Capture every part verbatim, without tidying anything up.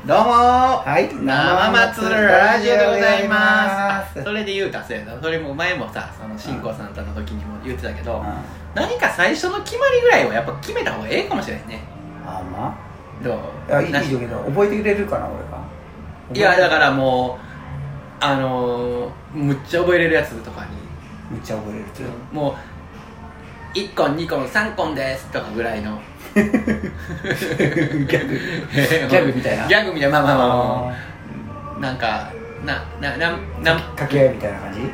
どうもー、 はい、 生松ラジオでございます。それで言うたせいだ。それも前もさ、その新興さんとの時にも言ってたけど、うん、何か最初の決まりぐらいはやっぱ決めた方がええかもしれないね。 あ、まあどう？ いや、いいけど覚えてくれるかな、俺が。 いや、だからもうあのー、むっちゃ覚えれるやつとかにむっちゃ覚えれるやつ、 うん、もういっこんにこんさんこんですとかぐらいのギャグギャグみたいなギャグみたいな、まあまあまあ、まあ、なんかなななな掛け合いみたいな感じ。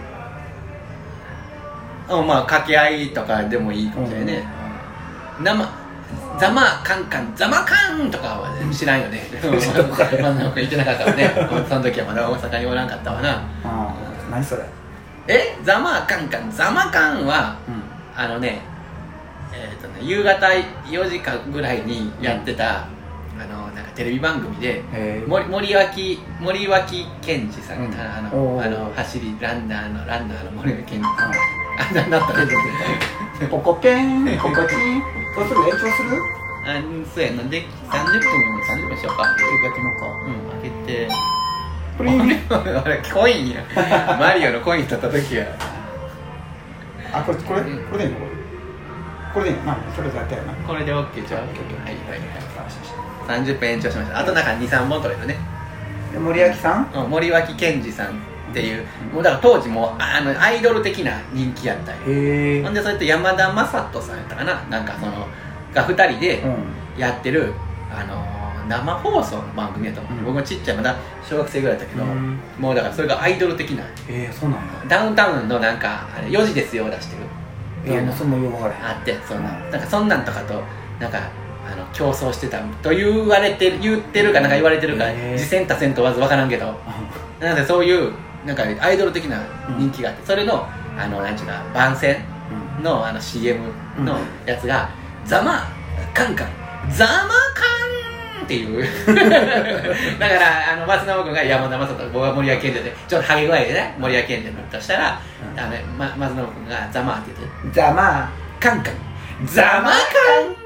うん、まあ掛け合いとかでもいいかもしれないね、うん、生ざまカンカンざまカンとかは知らんよねまだ言ってなかったわねその時はまだ大阪におらんかったわな。 あ、何それ。 えざまカンカンざまカンは、うん、あのねえーとね、夕方よじかんぐらいにやってた、うん、あのなんかテレビ番組で森, 森脇森脇健児さん、うん、あのあの走りランナーのランナーの森脇健児さん、あんなになったねポコケンポコチンどうする、延長する。 あ、そうやな、でさんじゅっぷんさんじゅっぷんしようか。 やってみようか。 うん、開けてプリンあれコインやマリオのコイン取った時や。 あ、これこれ、うん、これでいいの、これこれでいいの、まあ、それでやったよな。 これで OK じゃあ、はいはいはい、さんじゅっぷん延長しました。あとなんかにさんぼん取れるね。 森脇さん、 うん、森脇健児さんっていう、もうだから当時もあのアイドル的な人気やったよ。へえ。ほんでそれと山田雅人さんやったかな、なんかそのがふたりでやってる、うん、あの生放送の番組やと思う、うん、僕もちっちゃいまだ小学生ぐらいだったけど、うん、もうだからそれがアイドル的な。 えー、そうなんだ。 ダウンタウンのなんかあれよじですよを出してる。 いや、もうそんなよく分からへん。 あって、そんな、なんかそんなんとかとなんかあの競争してたと言われてる言ってるかなんか言われてるか、えー、次戦他戦問わず分からんけどなのでそういうなんかアイドル的な人気があって、それのあのなんちゅうか番宣のあの シーエム のやつがざまカンカンざまカンっていうだからあの松永君が山田雅人、僕は森脇健児でちょっとハゲ具合でね森脇健児だとしたら、うん、あのま、松永君がざまって言ってざまカンカンざまカン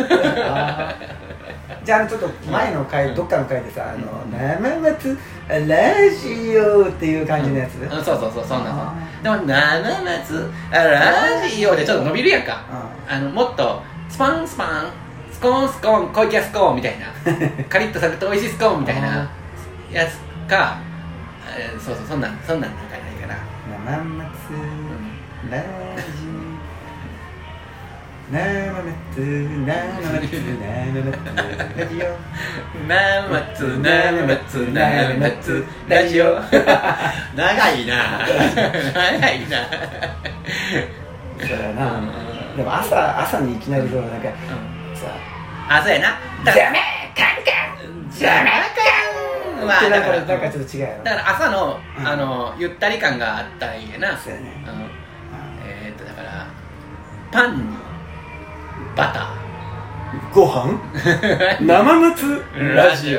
じゃあちょっと前の回、うん、どっかの回でさ、あの生松ラジオっていう感じのやつ、うん、 そうそうそう、そんなの。でも生松ラジオでちょっと伸びるやんか、うん、あのもっとスパンスパンスコーンスコーン小池スコーンみたいなカリッとされて美味しいスコーンみたいなやつか、そうそう、そんなんそんなんなんかないかな。 生松ラジオ生松生松生松ラジオ生松生松生松ラジオ長いな長いなそうやな、うん、でも朝朝にいきなりそうなんか、うん、さあ、そうやな、 ザメカンカンザメカンはだからなんかちょっと違うよ。 だから朝の、うん、あのゆったり感があったらいいやな。 そうやね、 あのえー、っとだからパンにバターご飯生松ラジオ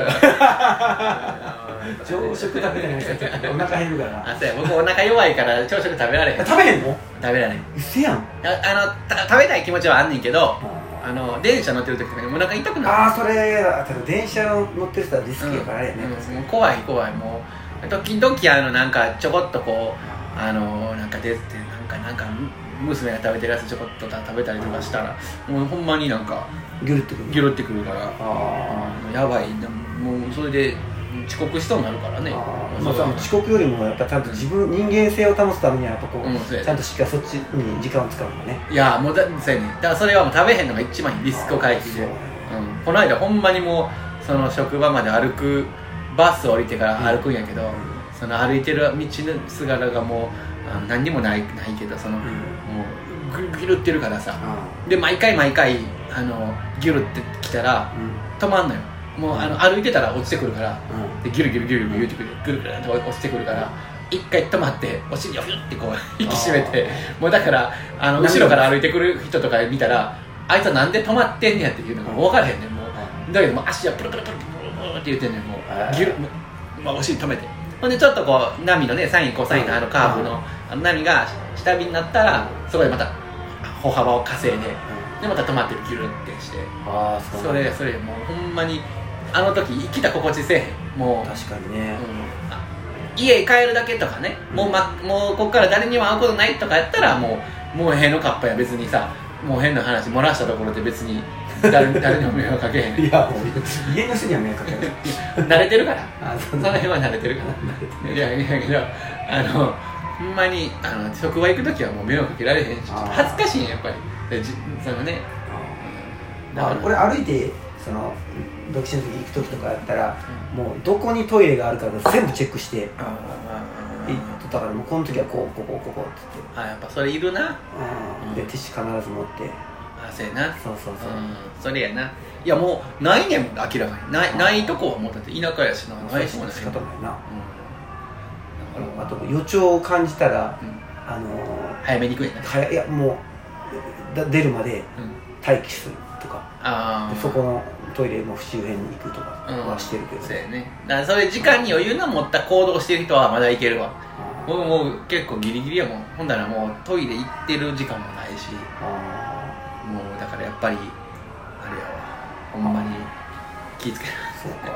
朝食食べてない人ちょっとお腹減るからな。 あ、そうや、僕お腹弱いから朝食食べられへん。 食べへんの？ 食べられへん。 うせやん。ああのた食べたい気持ちはあんねんけど、あの電車乗ってる時とかにお腹痛くなる。 ああ、それ電車乗ってる人はリスキーやからあれやね、 うんうん、怖い怖い。もう時々あのなんかちょこっとこうあのなんか出てなんかなんか娘が食べてるやつちょこっと食べたりとかしたらもうほんまになんかギュルってくるギュルってくるから、ああやばい。もうそれで遅刻しそうになるからね。 まあ、その遅刻よりもやっぱちゃんと自分人間性を保つためにはやっぱこう、うん、ちゃんとしっかりそっちに時間を使うのがね。 いやもうだそうやね。だからそれはもう食べへんのが一番いいリスクを回避で、うん、この間ほんまにもうその職場まで歩くバス降りてから歩くんやけど、うん、その歩いてる道の姿がもうあの何にもないないけどその、うん、もうギュルギュルってるからさ、うん、で毎回毎回あのギュルってきたら、うん、止まんのよ。もうあの歩いてたら落ちてくるから、うん、でギュルギュルギュルギュル言うてくるぐるぐるって落ちてくるから一回止まってお尻をフュッてこう引き締めて、もうだからあの後ろから歩いてくる人とか見たらあいつはなんで止まってんねやっていうのが分からへんねん。もうだけどもう足はプルプルプルプルプルって言ってんねん。もうギュル、まあ、お尻止めて、ほんでちょっとこう波のねサインコサインのあのカーブのあの波が下火になったらそこでまた歩幅を稼いででまた止まってるギュルってして、あそれそれもうほんまにあの時生きた心地せえへんもう確かにね、 うん、家帰るだけとかね、うん、もう、ま、もうこっから誰にも会うことないとかやったらもうもうへのかっぱや別にさもう変な話漏らしたところで別に誰, 誰にも迷惑かけへんいやもう家の人には迷惑かけない慣れてるからあ そ, その辺は慣れてるからいやいやけどあのほんまにあの職場行く時はもう迷惑かけられへんし恥ずかしいんやっぱりでじそのねだから俺歩いてその独身の時行く時とかやったら、うん、もうどこにトイレがあるか全部チェックして行ってたからもうこの時はこうここここって言ってあやっぱそれいるな、 うん、でティッシュ必ず持ってあそうやなそうそうそう、 うん、それやないやもうないねん明らかにない、ないとこはもうだって田舎やしなないしもない仕方ないな、 うん、 あと予兆を感じたら、うん、あのー、 早めに行くんやな早いやもうだ出るまで待機するとか、 あでそこのトイレの周辺に行くとかはしてるけど、うん、 そうやねだからそれ時間に余裕の持った行動してる人はまだいけるわ僕もう結構ギリギリやもんほんだらもうトイレ行ってる時間もないしあもうだからやっぱりあれやわほんまに気ぃつけるそうか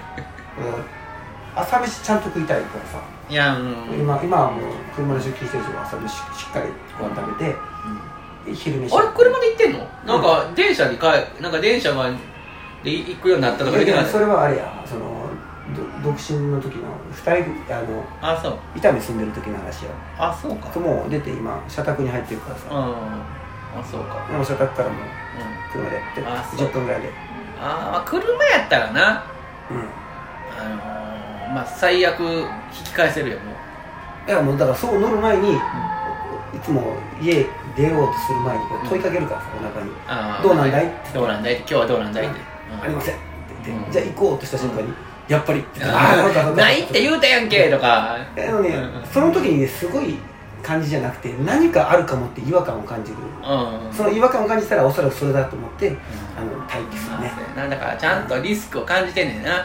朝飯ちゃんと食いたいからさいや、うん、 今, 今はもう車で出勤してる人は朝飯しっかりご飯食べて、うん、昼飯あれ車で行ってんのなんか電車に帰なんか電車がで行くようになったとかいやそれはあれやその独身の時のふたりあのあそう伊丹住んでる時の話やあそうかもう出て今社宅に入ってるからさあそうかでも社宅からもう車でやって、うん、じゅっぷんぐらいであ、まあ車やったらなうんあのー、まあ最悪引き返せるよもういやもうだからそう乗る前に、うん、いつも家出ようとする前にこう問いかけるからさ、うん、お腹にあどうなんだいってどうなんだいって今日はどうなんだいって、 うん、ありませんって言って、うん、じゃあ行こうとした瞬間に、うんやっぱりあないって言うたやんけとかあのね、うん、その時にねすごい感じじゃなくて何かあるかもって違和感を感じる、うん、その違和感を感じたらおそらくそれだと思って、うん、あの待機するねなんだからちゃんとリスクを感じてんねんな、うん、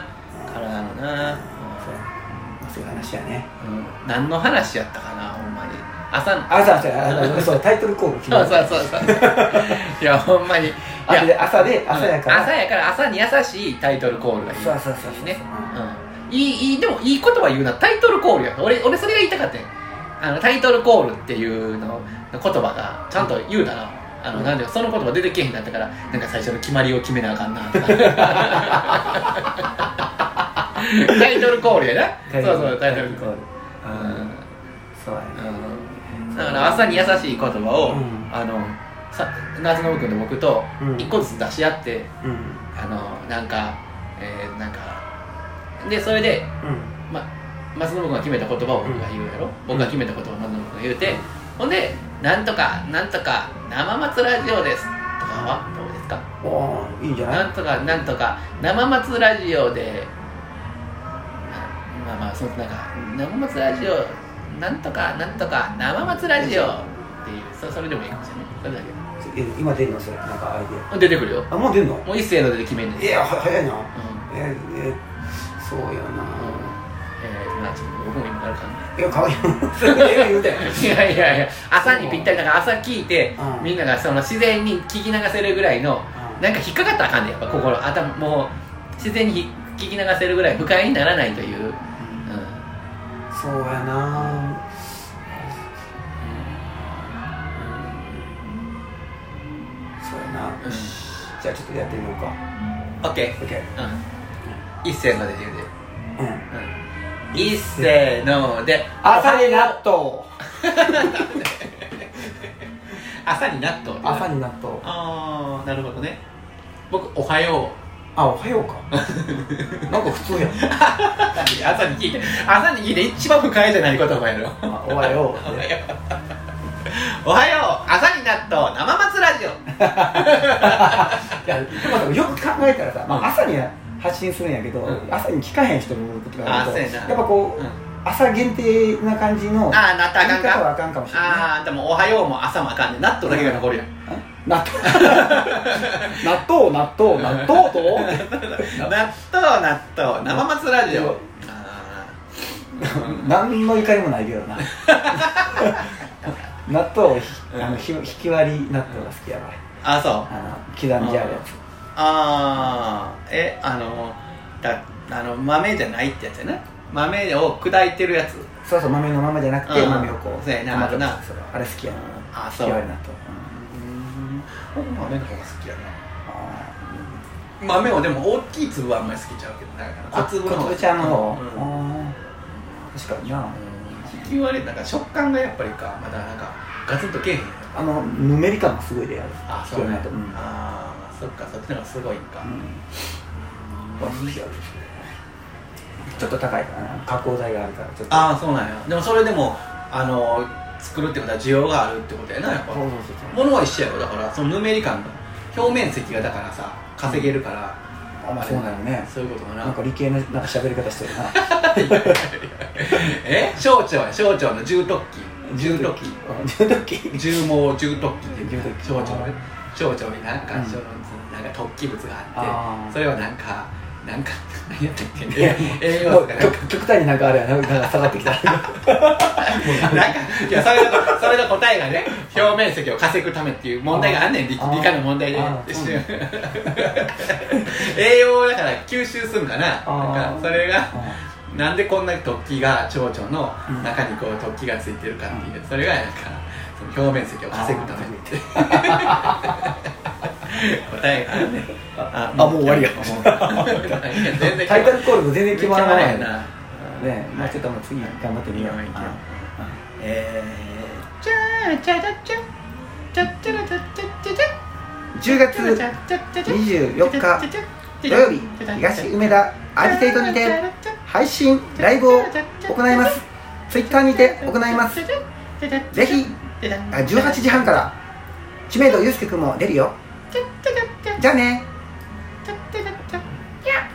体のな、うん、 そういう話やね、 うん、何の話やったかなほんまに朝の朝朝そうタイトルコール決まるそうそうそうそういやほんまにいや朝で朝やから、 うん、朝やから朝に優しいタイトルコールがいいそうそうそうそうね、うん、いいいいでもいい言葉言うなタイトルコールや俺俺それが言いたかったんあのタイトルコールっていうの言葉がちゃんと言うたら、うん、あのなんでその言葉出てけへんかったからなんか最初の決まりを決めなあかんなタイトルコールやなそうそうタイトルコール、うん、 そうやね、 うん、だから朝に優しい言葉を、うん、あのさ夏信君と僕と一個ずつ出し合って、うん、あのなんか、えー、なんかでそれで、うんま、松信君が決めた言葉を僕が言うやろ、うん、僕が決めた言葉を松信君が言うて、うん、ほんでなんとかなんとか生松ラジオですとかはどうですかおいいんじゃないなんとかなんとか生松ラジオでまあまあそのなんか生松ラジオなんとかなんとか生松ラジオっていう そ, それでもいいかもしれないそれだけ今出るのそれなんかアイデア出てくるよあもう出るのもう一斉ので決めんねんいや早いな、うん、ええそうやな、うん、 えー、まあちょっと僕も今から考えいやかわいいそれ言うていやいやいや朝にぴったりだから朝聞いて、うん、みんながその自然に聞き流せるぐらいの、うん、なんか引っかかったらあかんねんやっぱ心頭もう自然に聞き流せるぐらい不快にならないという、うんうん、 そうやなうん、じゃあちょっとやってみようか OK、 OK、 うん、一斉ので言うで、うんうん、一斉ので朝に納豆朝に納豆朝に納豆ああなるほどね僕おはようあおはようかなんか普通やん朝に聞いて朝に聞いて一番不快じゃない言葉やろおはようおはよう朝に納豆生松ラジオいやでもよく考えたらさ、まあ、朝に発信するんやけど、うん、朝に聞かへん人もいることがあるとやっぱこう、うん、朝限定な感じのあなったあかんか言い方はあかんかもしれない、ね、 ああでもおはようも朝もあかんね納豆だけが残るやん、うん、 納豆納豆納豆納豆と納豆納豆生松ラジオ何の怒りもないけどな納豆をあの引き割り納豆が好きやばいあそうあの刻んじゃうやつああえあのだあの豆じゃないってやつやな豆を砕いてるやつそうそう豆のままじゃなくて、 うん、 豆をこうそうやなあるなあれ好きやなあそう嫌いなと僕豆の方が好きやな豆をでも大きい粒はあんまり好きちゃうけどなんか小粒の小粒ちゃんの方、 うんうん、確かにな引き割れなんか食感がやっぱりかまだなんかガツンとけえへんやあのぬめり感がすごいであるあそうね、 と、うん、 ああそっかそっちの方がすごいんか、 うん、好きやるちょっと高いからな加工剤があるからちょっとああそうなんやでもそれでもあの作るってことは需要があるってことやなやっぱそうそうそう物は一緒やろだからそのぬめり感の表面積がだからさ稼げるから、 うん、あまあそうなのねそういうことかななんか理系のなんか喋り方してるなえ小腸や小腸の重突起重突起重突起重毛重突起って重突起小腸ね小腸になんか、うん、なんか突起物があってそれはなんかなんか何やったっけね栄養素が極端になんかあれやななんか下がってきたなんかいやそれのそれの答えがね表面積を稼ぐためっていう問題があんねん理科の問題で栄養をだから吸収するんかななんかそれがなんでこんなに突起が腸々の中にこう突起がついてるかっていうそれがなんかその表面積を稼ぐためって答えがあるねああもう終わりやタイトルコールも全然決まらないなねまあちょっともう次頑張ってみようえーじゃあじゃじゃじゃじゃじゃじゃじゃじゃじゅうがつにじゅうよっか土曜日東梅田アジテイトにて配信ライブを行います。ツイッターにて行います。ぜひじゅうはちじはんから知名度ゆうすけくんも出るよ。じゃあね。